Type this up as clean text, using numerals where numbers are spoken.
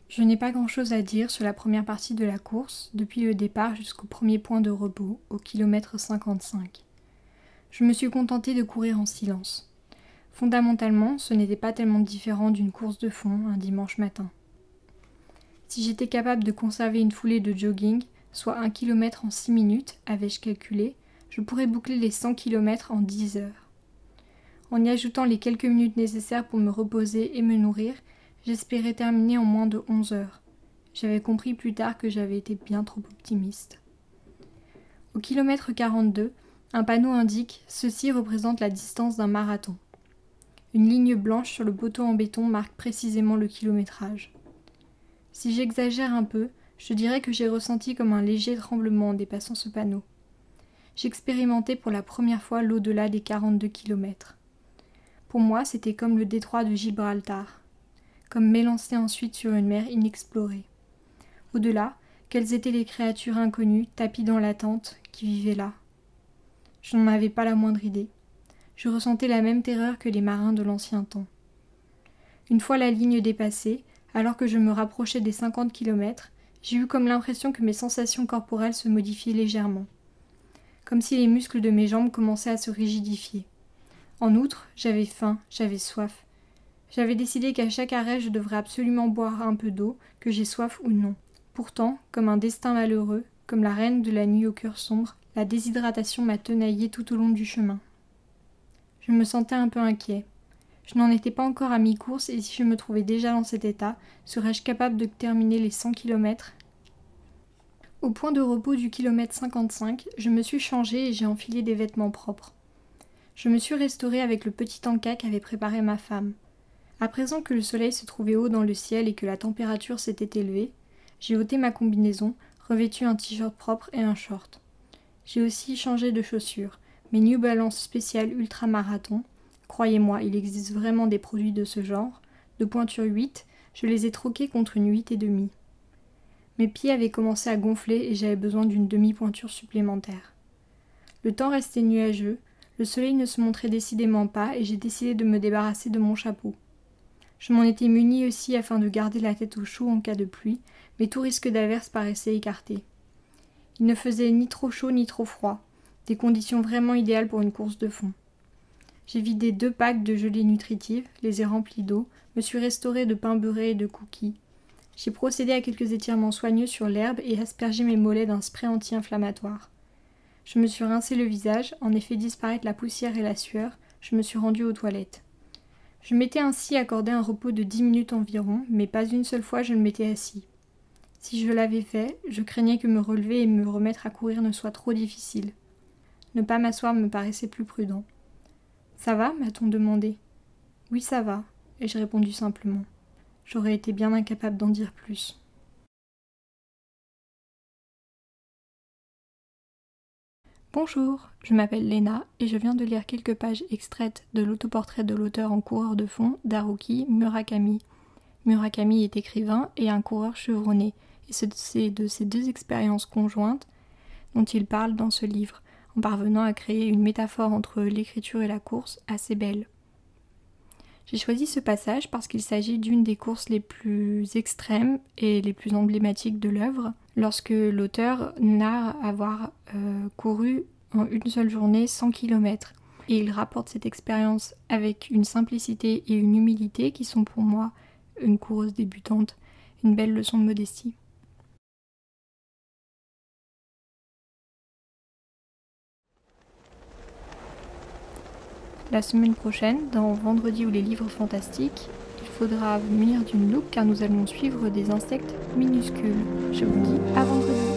Je n'ai pas grand-chose à dire sur la première partie de la course, depuis le départ jusqu'au premier point de repos, au kilomètre 55. Je me suis contentée de courir en silence. Fondamentalement, ce n'était pas tellement différent d'une course de fond un dimanche matin. Si j'étais capable de conserver une foulée de jogging, soit 1 km en 6 minutes, avais-je calculé, je pourrais boucler les 100 km en 10 heures. En y ajoutant les quelques minutes nécessaires pour me reposer et me nourrir, j'espérais terminer en moins de 11 heures. J'avais compris plus tard que j'avais été bien trop optimiste. Au kilomètre 42, un panneau indique « Ceci représente la distance d'un marathon ». Une ligne blanche sur le poteau en béton marque précisément le kilométrage. Si j'exagère un peu, je dirais que j'ai ressenti comme un léger tremblement en dépassant ce panneau. J'expérimentais pour la première fois l'au-delà des 42 kilomètres. Pour moi, c'était comme le détroit de Gibraltar, comme m'élancer ensuite sur une mer inexplorée. Au-delà, quelles étaient les créatures inconnues, tapies dans l'attente, qui vivaient là? Je n'en avais pas la moindre idée. Je ressentais la même terreur que les marins de l'ancien temps. Une fois la ligne dépassée, alors que je me rapprochais des 50 kilomètres, j'ai eu comme l'impression que mes sensations corporelles se modifiaient légèrement, comme si les muscles de mes jambes commençaient à se rigidifier. En outre, j'avais faim, j'avais soif. J'avais décidé qu'à chaque arrêt, je devrais absolument boire un peu d'eau, que j'aie soif ou non. Pourtant, comme un destin malheureux, comme la reine de la nuit au cœur sombre, la déshydratation m'a tenaillé tout au long du chemin. Je me sentais un peu inquiet. Je n'en étais pas encore à mi-course et si je me trouvais déjà dans cet état, serais-je capable de terminer les 100 km ? Au point de repos du kilomètre 55, je me suis changée et j'ai enfilé des vêtements propres. Je me suis restaurée avec le petit encas qu'avait préparé ma femme. À présent que le soleil se trouvait haut dans le ciel et que la température s'était élevée, j'ai ôté ma combinaison, revêtu un t-shirt propre et un short. J'ai aussi changé de chaussures, mes New Balance spéciales ultra-marathon. Croyez-moi, il existe vraiment des produits de ce genre. De pointure 8, je les ai troqués contre une 8,5. Mes pieds avaient commencé à gonfler et j'avais besoin d'une demi-pointure supplémentaire. Le temps restait nuageux, le soleil ne se montrait décidément pas et j'ai décidé de me débarrasser de mon chapeau. Je m'en étais munie aussi afin de garder la tête au chaud en cas de pluie, mais tout risque d'averse paraissait écarté. Il ne faisait ni trop chaud ni trop froid, des conditions vraiment idéales pour une course de fond. J'ai vidé 2 packs de gelée nutritive, les ai remplis d'eau, me suis restaurée de pain beurré et de cookies. J'ai procédé à quelques étirements soigneux sur l'herbe et aspergé mes mollets d'un spray anti-inflammatoire. Je me suis rincé le visage, en ai fait disparaître la poussière et la sueur, je me suis rendue aux toilettes. Je m'étais ainsi accordé un repos de 10 minutes environ, mais pas une seule fois je ne m'étais assis. Si je l'avais fait, je craignais que me relever et me remettre à courir ne soit trop difficile. Ne pas m'asseoir me paraissait plus prudent. « Ça va ?» m'a-t-on demandé. « Oui, ça va », ai-je répondu simplement. J'aurais été bien incapable d'en dire plus. Bonjour, je m'appelle Léna et je viens de lire quelques pages extraites de l'autoportrait de l'auteur en coureur de fond d'Haruki Murakami. Murakami est écrivain et un coureur chevronné, et c'est de ces 2 expériences conjointes dont il parle dans ce livre, en parvenant à créer une métaphore entre l'écriture et la course assez belle. J'ai choisi ce passage parce qu'il s'agit d'une des courses les plus extrêmes et les plus emblématiques de l'œuvre, lorsque l'auteur narre avoir couru en une seule journée 100 km. Et il rapporte cette expérience avec une simplicité et une humilité qui sont pour moi, une coureuse débutante, une belle leçon de modestie. La semaine prochaine, dans Vendredi ou les livres fantastiques, il faudra munir d'une loupe car nous allons suivre des insectes minuscules. Je vous dis à vendredi.